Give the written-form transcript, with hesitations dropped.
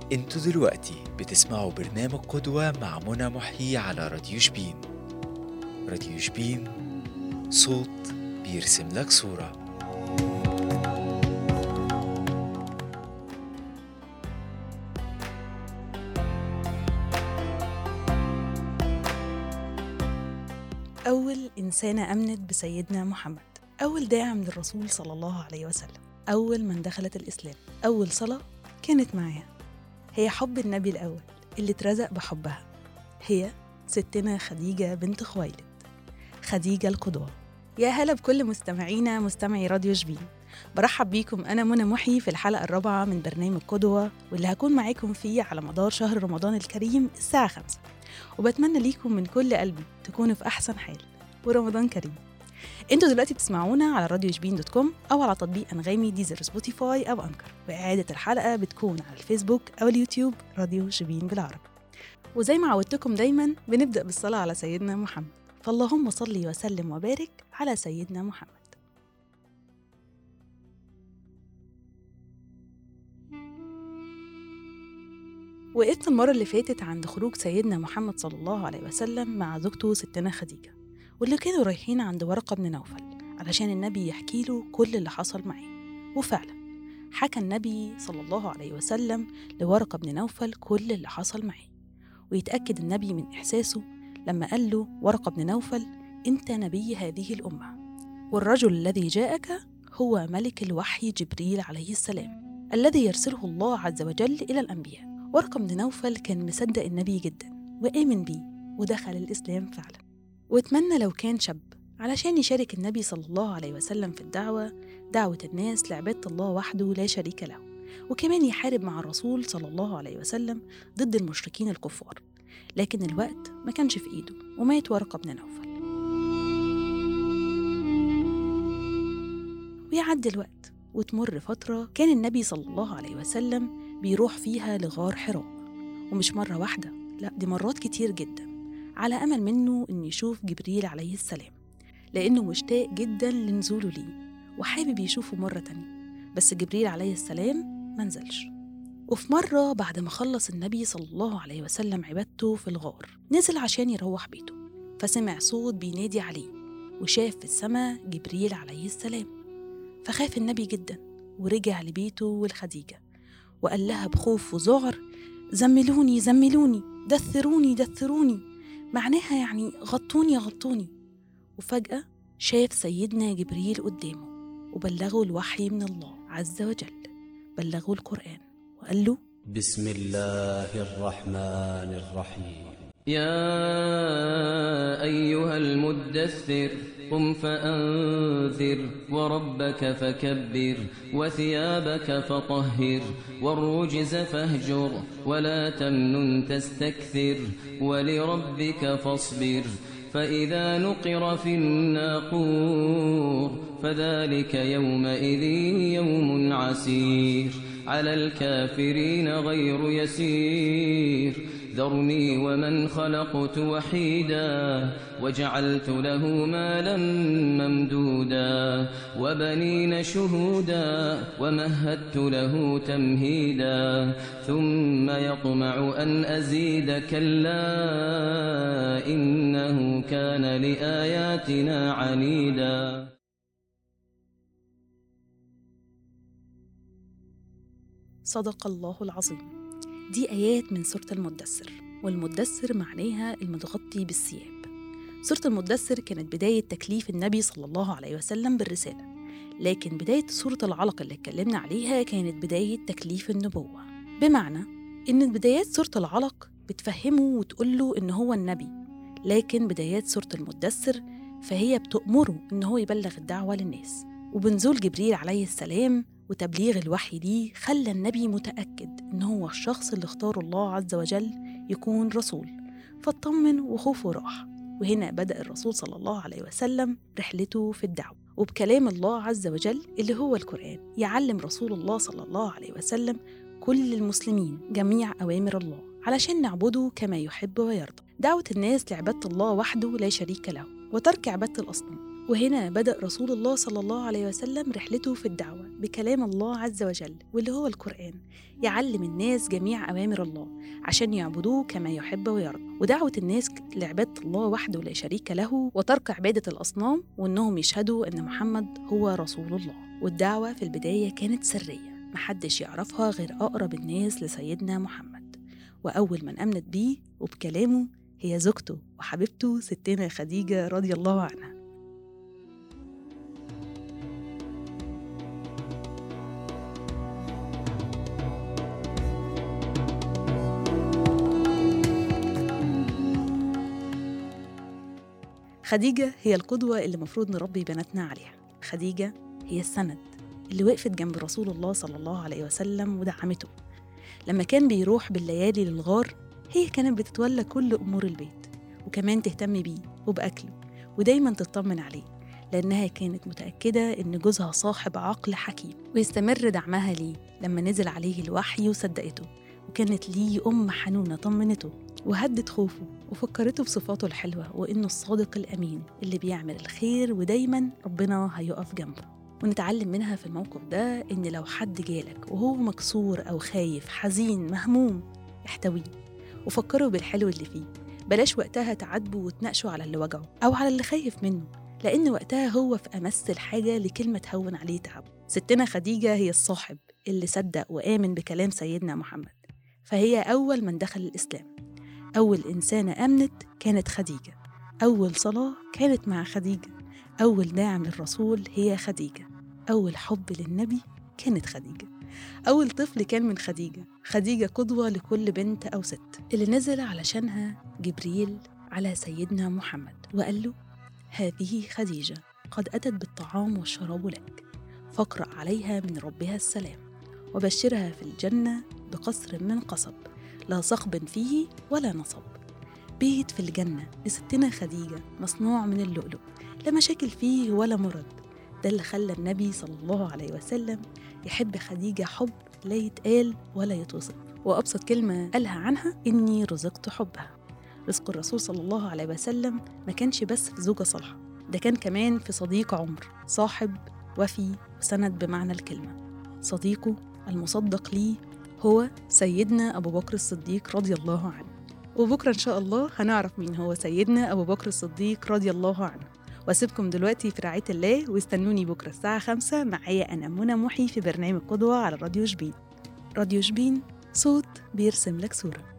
انتوا دلوقتي بتسمعوا برنامج قدوة مع منى محيي على راديو شبين. راديو شبين، صوت بيرسم لك صورة. أول إنسانة أمنت بسيدنا محمد، أول داعم للرسول صلى الله عليه وسلم، أول من دخلت الإسلام، أول صلاة كانت معاها. هي حب النبي الأول اللي اترزق بحبها، هي ستنا خديجة بنت خويلد، خديجة القدوة. يا هلا بكل مستمعينا مستمعي راديو شبين، برحب بيكم أنا منى محيي في الحلقة الرابعة من برنامج قدوة، واللي هكون معاكم فيه على مدار شهر رمضان الكريم الساعة 5. وبتمنى ليكم من كل قلبي تكونوا في أحسن حال ورمضان كريم. انتوا دلوقتي بتسمعونا على راديو شبين .com أو على تطبيق أنغامي، ديزر، سبوتيفاي أو أنكر، وإعادة الحلقة بتكون على الفيسبوك أو اليوتيوب راديو شبين بالعربي. وزي ما عودتكم دايما بنبدأ بالصلاة على سيدنا محمد، فاللهم صلي وسلم وبارك على سيدنا محمد. وقفت المرة اللي فاتت عند خروج سيدنا محمد صلى الله عليه وسلم مع زوجته ستنا خديجة، واللي كانوا رايحين عند ورقة بن نوفل علشان النبي يحكي له كل اللي حصل معاه. وفعلا حكى النبي صلى الله عليه وسلم لورقة بن نوفل كل اللي حصل معاه، ويتأكد النبي من إحساسه لما قال له ورقة بن نوفل: أنت نبي هذه الأمة، والرجل الذي جاءك هو ملك الوحي جبريل عليه السلام الذي يرسله الله عز وجل إلى الأنبياء. ورقة بن نوفل كان مصدق النبي جدا وآمن بيه ودخل الإسلام فعلا، واتمنى لو كان شاب علشان يشارك النبي صلى الله عليه وسلم في دعوة الناس لعبادة الله وحده لا شريك له، وكمان يحارب مع الرسول صلى الله عليه وسلم ضد المشركين الكفار. لكن الوقت ما كانش في إيده ومات ورقة بن نوفل. ويعدي الوقت وتمر فترة كان النبي صلى الله عليه وسلم بيروح فيها لغار حراء، ومش مرة واحدة، لا دي مرات كتير جدا، على أمل منه إن يشوف جبريل عليه السلام، لأنه مشتاق جدا لنزوله ليه وحابب يشوفه مرة تانية. بس جبريل عليه السلام منزلش. وفي مرة بعد ما خلص النبي صلى الله عليه وسلم عبادته في الغار، نزل عشان يروح بيته، فسمع صوت بينادي عليه، وشاف في السماء جبريل عليه السلام. فخاف النبي جدا ورجع لبيته والخديجة وقال لها بخوف وذعر: زملوني زملوني، دثروني دثروني، معناها يعني غطوني غطوني. وفجأة شاف سيدنا جبريل قدامه وبلغه الوحي من الله عز وجل، بلغه القرآن وقال له: بسم الله الرحمن الرحيم. يا أيها المدثر قم فأنذر وربك فكبر وثيابك فطهر والرجز فاهجر ولا تمنن تستكثر ولربك فاصبر فإذا نقر في الناقور فذلك يومئذ يوم عسير على الكافرين غير يسير ذرني ومن خلقت وحيدا وجعلت له مالا ممدودا وبنين شهودا ومهدت له تمهيدا ثم يطمع أن أزيد كلا إنه كان لآياتنا عنيدا. صدق الله العظيم. دي آيات من سورة المدثر، والمدثر معناها المتغطي بالثياب. سورة المدثر كانت بداية تكليف النبي صلى الله عليه وسلم بالرسالة، لكن بداية سورة العلق اللي اتكلمنا عليها كانت بداية تكليف النبوة، بمعنى إن بدايات سورة العلق بتفهمه وتقوله إن هو النبي، لكن بدايات سورة المدثر فهي بتأمره إن هو يبلغ الدعوة للناس. وبنزول جبريل عليه السلام وتبليغ الوحي ليه خلى النبي متأكد إن هو الشخص اللي اختاره الله عز وجل يكون رسول، فاطمن وخوفه راح. وهنا بدأ الرسول صلى الله عليه وسلم رحلته في الدعوة، وبكلام الله عز وجل اللي هو القرآن يعلم رسول الله صلى الله عليه وسلم كل المسلمين جميع أوامر الله علشان نعبده كما يحب ويرضى، دعوة الناس لعبادة الله وحده لا شريك له وترك عبادة الأصنام. وهنا بدأ رسول الله صلى الله عليه وسلم رحلته في الدعوة بكلام الله عز وجل واللي هو القرآن، يعلم الناس جميع أوامر الله عشان يعبدوه كما يحب ويرضى، ودعوة الناس لعبادة الله وحده لا شريك له، وترك عبادة الأصنام، وإنهم يشهدوا إن محمد هو رسول الله. والدعوة في البداية كانت سرية، محدش يعرفها غير أقرب الناس لسيدنا محمد، وأول من أمنت بيه وبكلامه هي زوجته وحبيبته ستنا خديجة رضي الله عنها. خديجة هي القدوة اللي مفروض نربي بناتنا عليها. خديجة هي السند اللي وقفت جنب رسول الله صلى الله عليه وسلم ودعمته. لما كان بيروح بالليالي للغار هي كانت بتتولى كل أمور البيت، وكمان تهتم بيه وبأكله، ودايما تطمن عليه، لأنها كانت متأكدة إن جوزها صاحب عقل حكيم، ويستمر دعمها ليه لما نزل عليه الوحي وصدقته. وكانت ليه أم حنونة طمنته وهدت خوفه وفكرته بصفاته الحلوة، وإنه الصادق الأمين اللي بيعمل الخير ودايما ربنا هيقف جنبه. ونتعلم منها في الموقف ده إن لو حد جالك وهو مكسور أو خايف حزين مهموم، احتويه وفكره بالحلو اللي فيه، بلاش وقتها تعاتبه وتناقشه على اللي وجعه أو على اللي خايف منه، لأن وقتها هو في أمس الحاجة لكلمة تهون عليه تعبه. ستنا خديجة هي الصاحب اللي صدق وآمن بكلام سيدنا محمد، فهي أول من دخل الإسلام. أول إنسانة أمنت كانت خديجة، أول صلاة كانت مع خديجة، أول داعم للرسول هي خديجة، أول حب للنبي كانت خديجة، أول طفل كان من خديجة. خديجة قدوة لكل بنت أو ست، اللي نزل علشانها جبريل على سيدنا محمد وقال له: هذه خديجة قد أتت بالطعام والشراب لك، فاقرأ عليها من ربها السلام، وبشرها في الجنة بقصر من قصب لا صخب فيه ولا نصب. بيت في الجنة لستنا خديجة مصنوع من اللؤلؤ، لا مشاكل فيه ولا مرض. ده اللي خلى النبي صلى الله عليه وسلم يحب خديجة حب لا يتقال ولا يتوصف، وأبسط كلمة قالها عنها: إني رزقت حبها. رزق الرسول صلى الله عليه وسلم ما كانش بس في زوجة صالحة، ده كان كمان في صديق عمر، صاحب وفي وسند بمعنى الكلمة. صديقه المصدق ليه هو سيدنا أبو بكر الصديق رضي الله عنه. وبكرة إن شاء الله هنعرف مين هو سيدنا أبو بكر الصديق رضي الله عنه. واسيبكم دلوقتي في رعاية الله، واستنوني بكرة الساعة 5 معايا أنا منى محي في برنامج قدوة على راديو شبين. راديو شبين، صوت بيرسم لك صورة.